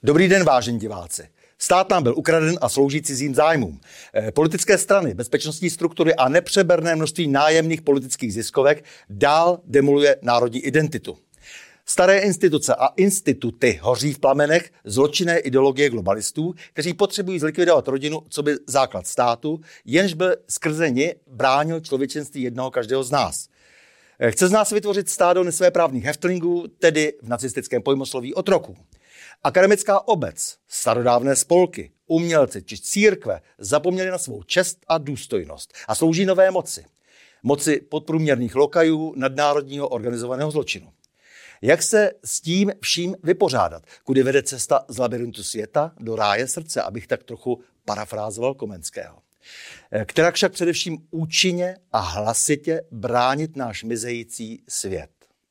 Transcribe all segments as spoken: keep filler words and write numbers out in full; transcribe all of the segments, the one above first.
Dobrý den, vážení diváci. Stát nám byl ukraden a slouží cizím zájmům. Politické strany, bezpečnostní struktury a nepřeberné množství nájemných politických ziskovek dál demoluje národní identitu. Staré instituce a instituty hoří v plamenech zločinné ideologie globalistů, kteří potřebují zlikvidovat rodinu co by základ státu, jenž by skrze ni bránil člověčenství jednoho každého z nás. Chce z nás vytvořit stádo nesvéprávných heftlingů, tedy v nacistickém pojmosloví otroků. Akademická obec, starodávné spolky, umělci či církve zapomněli na svou čest a důstojnost a slouží nové moci. Moci podprůměrných lokajů nadnárodního organizovaného zločinu. Jak se s tím vším vypořádat? Kudy vede cesta z labirintu světa do ráje srdce, abych tak trochu parafrázoval Komenského. Která však především účinně a hlasitě bránit náš mizející svět.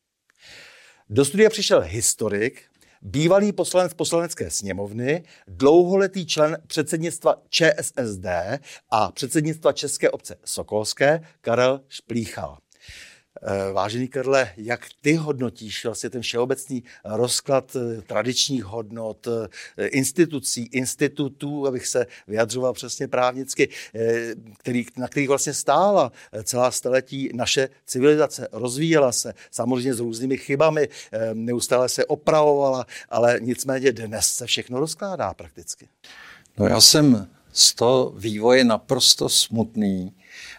Do studia přišel historik, bývalý poslanec Poslanecké sněmovny, dlouholetý člen předsednictva ČSSD a předsednictva České obce Sokolské Karel Šplíchal. Vážený Karle, jak ty hodnotíš vlastně ten všeobecný rozklad tradičních hodnot, institucí, institutů, abych se vyjadřoval přesně právnicky, který, na kterých vlastně stála celá staletí naše civilizace, rozvíjela se, samozřejmě s různými chybami, neustále se opravovala, ale nicméně dnes se všechno rozkládá prakticky. No já jsem z toho vývoje naprosto smutný.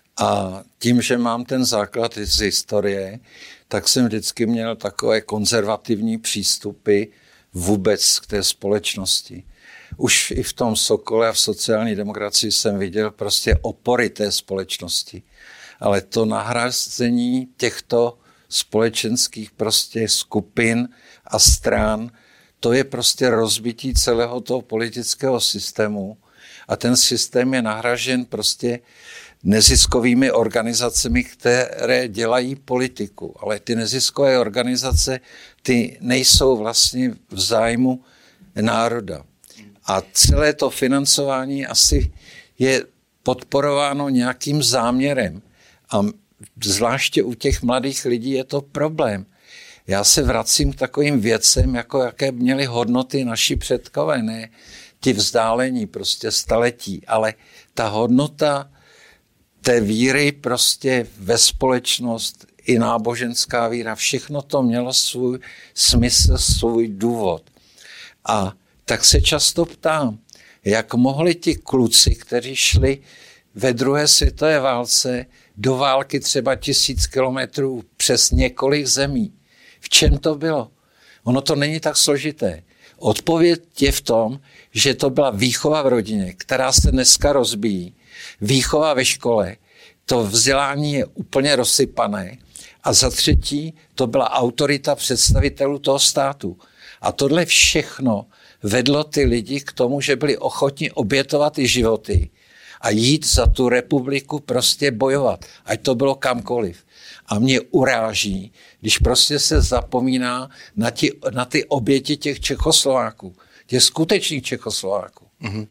A tím, že mám ten základ z historie, tak jsem vždycky měl takové konzervativní přístupy vůbec k té společnosti. Už i v tom Sokole a v sociální demokracii jsem viděl prostě opory té společnosti. Ale to nahrazení těchto společenských prostě skupin a stran, to je prostě rozbití celého toho politického systému. A ten systém je nahražen prostě neziskovými organizacemi, které dělají politiku. Ale ty neziskové organizace, ty nejsou vlastně v zájmu národa. A celé to financování asi je podporováno nějakým záměrem. A zvláště u těch mladých lidí je to problém. Já se vracím k takovým věcem, jako jaké měly hodnoty naši předkové, ne ti vzdálení prostě staletí, ale ta hodnota té víry prostě ve společnost, i náboženská víra, všechno to mělo svůj smysl, svůj důvod. A tak se často ptám, jak mohli ti kluci, kteří šli ve druhé světové válce do války třeba tisíc kilometrů přes několik zemí, v čem to bylo? Ono to není tak složité. Odpověď je v tom, že to byla výchova v rodině, která se dneska rozbíjí. Výchova ve škole, to vzdělání je úplně rozsypané. A za třetí, to byla autorita představitelů toho státu. A tohle všechno vedlo ty lidi k tomu, že byli ochotni obětovat i životy a jít za tu republiku prostě bojovat, ať to bylo kamkoliv. A mě uráží, když prostě se zapomíná na, ti, na ty oběti těch Čechoslováků, těch skutečných Čechoslováků. Mm-hmm.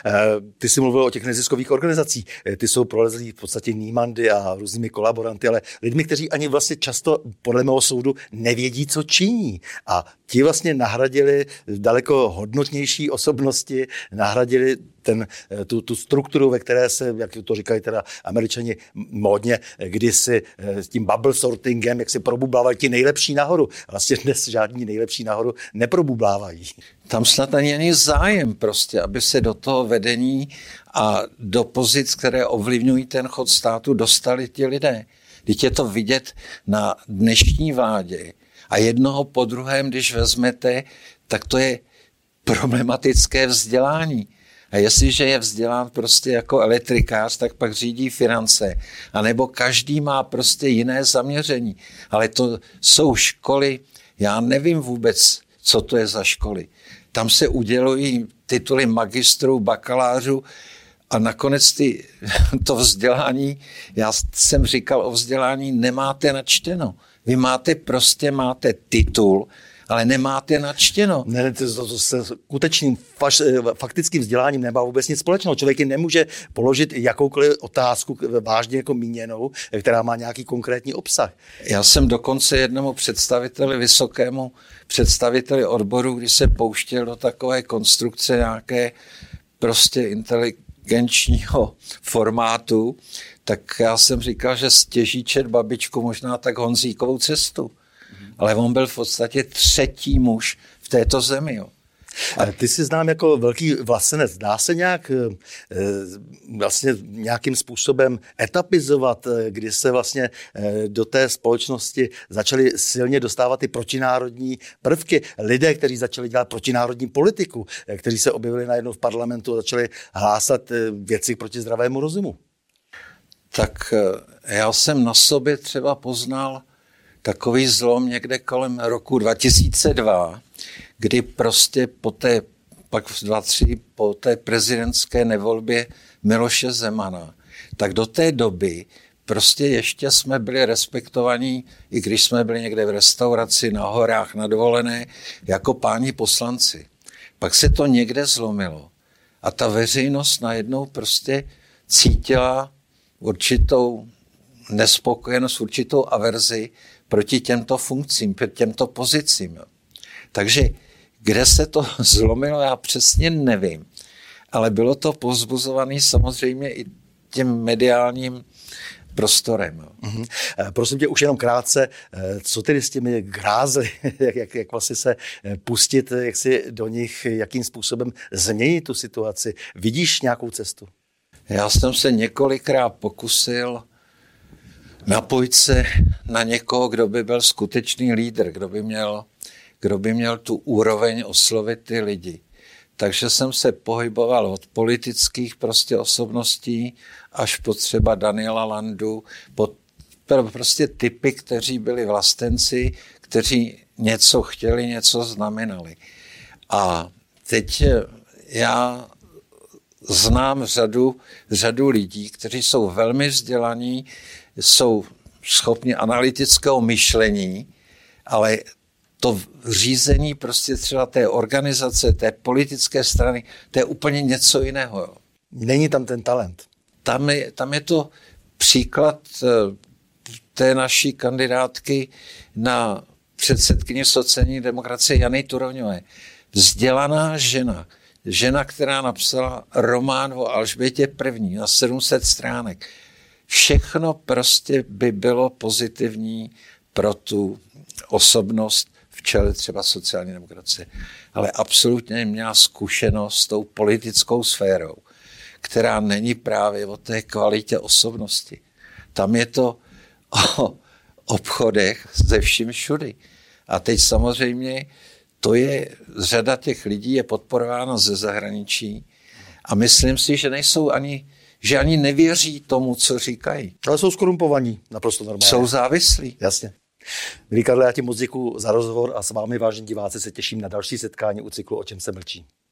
Ty jsi mluvil o těch neziskových organizacích. Ty jsou prolezlí v podstatě nímandy a různými kolaboranty, ale lidmi, kteří ani vlastně často, podle mého soudu, nevědí, co činí. A ti vlastně nahradili daleko hodnotnější osobnosti, nahradili ten, tu, tu strukturu, ve které se, jak to říkají teda Američani módně, kdysi s tím bubble sortingem, jak se probublávají ti nejlepší nahoru. Vlastně dnes žádní nejlepší nahoru neprobublávají. Tam snad ani není zájem prostě, aby se do toho vedení a do pozic, které ovlivňují ten chod státu, dostali ti lidé. Teď je to vidět na dnešní vládě a jednoho po druhém, když vezmete, tak to je problematické vzdělání. A jestliže je vzdělán prostě jako elektrikář, tak pak řídí finance. A nebo každý má prostě jiné zaměření. Ale to jsou školy, já nevím vůbec, co to je za školy. Tam se udělují tituly magistrů, bakalářů a nakonec ty, to vzdělání, já jsem říkal o vzdělání, nemáte načteno. Vy máte prostě, máte titul ale nemáte načtěno. Ne, to, to, to se skutečným faš, faktickým vzděláním nemá vůbec nic společného. Člověk nemůže položit jakoukoliv otázku vážně jako míněnou, která má nějaký konkrétní obsah. Já jsem dokonce jednomu představiteli, vysokému představiteli odboru, když se pouštěl do takové konstrukce nějaké prostě inteligenčního formátu, tak já jsem říkal, že stěží čet babičku možná tak Honzíkovou cestu. Hmm. Ale on byl v podstatě třetí muž v této zemi. Jo. A ty jsi znám jako velký vlastenec. Dá se nějak vlastně nějakým způsobem etapizovat, kdy se vlastně do té společnosti začaly silně dostávat ty protinárodní prvky. Lidé, kteří začali dělat protinárodní politiku, kteří se objevili najednou v parlamentu a začali hlásat věci proti zdravému rozumu. Tak já jsem na sobě třeba poznal takový zlom někde kolem roku dva tisíce dva, kdy prostě po té, pak v dva tři po té prezidentské nevolbě Miloše Zemana, tak do té doby prostě ještě jsme byli respektovaní, i když jsme byli někde v restauraci, na horách, na dovolené, jako páni poslanci. Pak se to někde zlomilo a ta veřejnost najednou prostě cítila určitou nespokojenost, určitou averzi proti těmto funkcím, proti těmto pozicím. Takže kde se to zlomilo, já přesně nevím. Ale bylo to povzbuzované samozřejmě i tím mediálním prostorem. Mm-hmm. Prosím tě, už jenom krátce, co tedy s těmi grázly, jak, jak, jak vlastně se pustit, jak si do nich, jakým způsobem změnit tu situaci? Vidíš nějakou cestu? Já jsem se několikrát pokusil napojit se na někoho, kdo by byl skutečný lídr, kdo by měl, kdo by měl tu úroveň oslovit ty lidi. Takže jsem se pohyboval od politických prostě osobností až po třeba Daniela Landu, po prostě typy, kteří byli vlastenci, kteří něco chtěli, něco znamenali. A teď já znám řadu, řadu lidí, kteří jsou velmi vzdělaní, jsou schopni analytického myšlení, ale to řízení prostě třeba té organizace, té politické strany, to je úplně něco jiného. Jo. Není tam ten talent. Tam je, tam je to příklad té naší kandidátky na předsedkyni sociální demokracie Jany Turoňové. Vzdělaná žena, žena, která napsala román o Alžbětě první na sedm set stránek. Všechno prostě by bylo pozitivní pro tu osobnost v čele třeba sociální demokracie. Ale absolutně měla zkušenost s tou politickou sférou, která není právě o té kvalitě osobnosti. Tam je to o obchodech ze vším všudy. A teď samozřejmě to je, řada těch lidí je podporována ze zahraničí a myslím si, že nejsou ani, že ani nevěří tomu, co říkají. Ale jsou skorumpovaní, naprosto normálně. Jsou závislí. Jasně. Milí Karle, já ti moc děkuju za rozhovor a s vámi, vážení diváci, se těším na další setkání u cyklu O čem se mlčí.